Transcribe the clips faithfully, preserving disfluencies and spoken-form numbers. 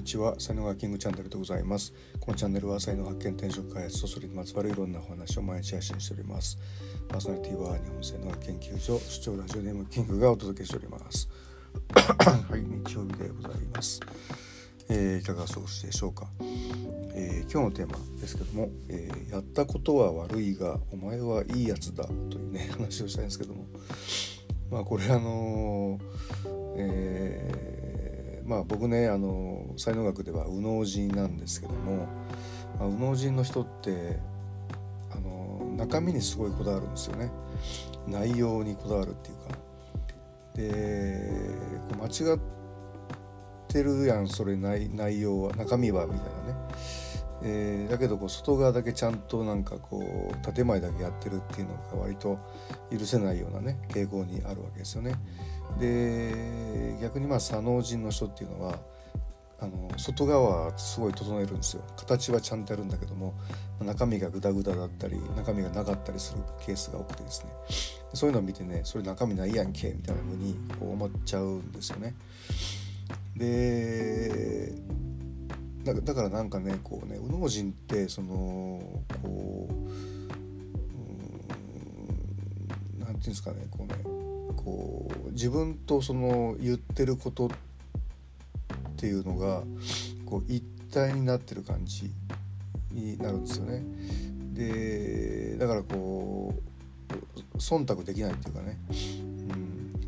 にちは、才能学キングチャンネルでございます。このチャンネルは才能発見、転職開発とそれにまつわるいろんなお話を毎日配信しております。パーソナリティは日本才能学研究所主張ラジオネームキングがお届けしております。はい、日曜日でございます。えー、いかがお過ごしでしょうか。えー、今日のテーマですけども、えー、やったことは悪いがお前はいいやつだというね話をしたいんですけども、まあこれあのー、えーまあ僕ねあの才能学では右脳人なんですけども、まあ、右脳人の人ってあの中身にすごいこだわるんですよね。内容にこだわるっていうかで、こう間違ってるやんそれ内内容は中身はみたいなね、えー、だけどこう外側だけちゃんとなんかこう建前だけやってるっていうのが割と許せないようなね傾向にあるわけですよね。で逆にまあ左脳人の人っていうのはあの外側はすごい整えるんですよ。形はちゃんとやるんだけども中身がグダグダだったり中身がなかったりするケースが多くてですね、そういうのを見てねそれ中身ないやんけみたいな風にこう思っちゃうんですよね。でだだからなんかねこうね右脳人ってそのこう、うーんなんていうんですかねこうねこう自分とその言ってることっていうのがこう一体になってる感じになるんですよね。でだからこう忖度できないっていうかね、うん、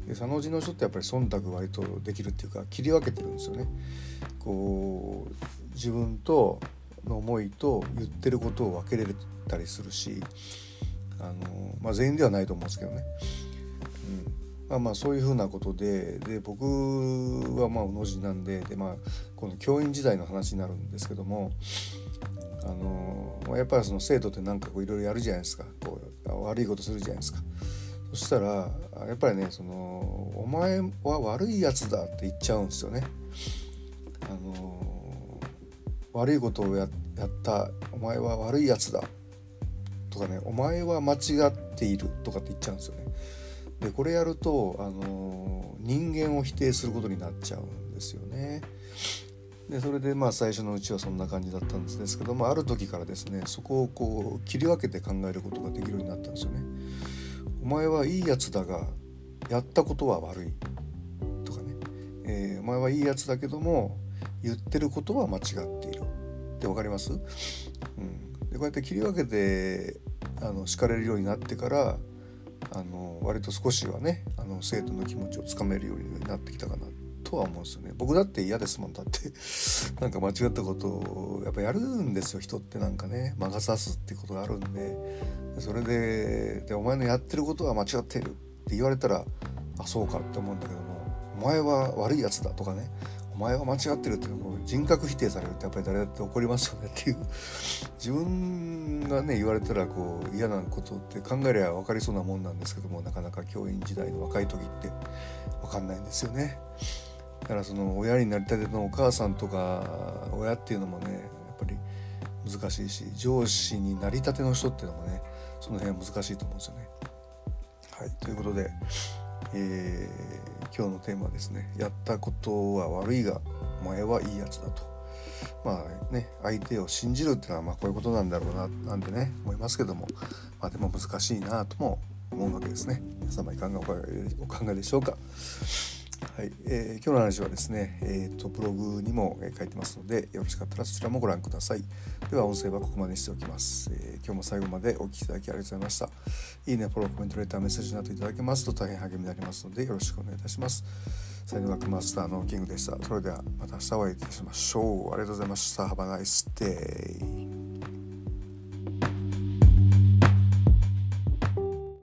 で左脳人の人ってやっぱり忖度割とできるっていうか切り分けてるんですよね。こう自分との思いと言ってることを分けれたりするし、あの、まあ、全員ではないと思うんですけどね、うん、まあまあそういうふうなことで、で僕はまあ右脳人なんで、でまあこの教員時代の話になるんですけども、あのやっぱりその生徒ってなんかこういろいろやるじゃないですか。こう悪いことするじゃないですか。そしたらやっぱりねそのお前は悪いやつだって言っちゃうんですよね。あの悪いことを や, やったお前は悪いやつだとかね、お前は間違っているとかって言っちゃうんですよね。でこれやると、あの人間を否定することになっちゃうんですよね。でそれでまあ最初のうちはそんな感じだったんですけども、ある時からですねそこをこう切り分けて考えることができるようになったんですよね。お前はいいやつだがやったことは悪いとかね、えー、お前はいいやつだけども言ってることは間違っているって分かります？うん、でこうやって切り分けてあの叱れるようになってからあの割と少しはねあの生徒の気持ちをつかめるようになってきたかなとは思うんですよね。僕だって嫌ですもん。だってなんか間違ったことをやっぱやるんですよ人ってなんかね魔が差すってことがあるんで、それで、でお前のやってることは間違っているって言われたらあそうかって思うんだけども、お前は悪いやつだとかねお前は間違ってるっていうの人格否定されるってやっぱり誰だって怒りますよねっていう、自分がね言われたらこう嫌なことって考えりゃ分かりそうなもんなんですけども、なかなか教員時代の若い時って分かんないんですよね。だからその親になりたてのお母さんとか親っていうのもねやっぱり難しいし、上司になりたての人っていうのもねその辺は難しいと思うんですよね。はい、ということで、えー今日のテーマはですね、やったことは悪いがお前はいいやつだと。まあね相手を信じるっていうのはまあこういうことなんだろうななんてね思いますけども、まあでも難しいなとも思うわけですね。皆様いかがお考えでしょうか。はい、えー、今日の話はですね、えーと、ブログにも書いてますのでよろしかったらそちらもご覧ください。では音声はここまでにしておきます。えー、今日も最後までお聞きいただきありがとうございました。いいね、フォロー、コメント、レター、メッセージなどいただけますと大変励みになりますのでよろしくお願いいたします。才能学マスターのキングでした。それではまた明日お会いいたしましょう。ありがとうございました。Have a nice day.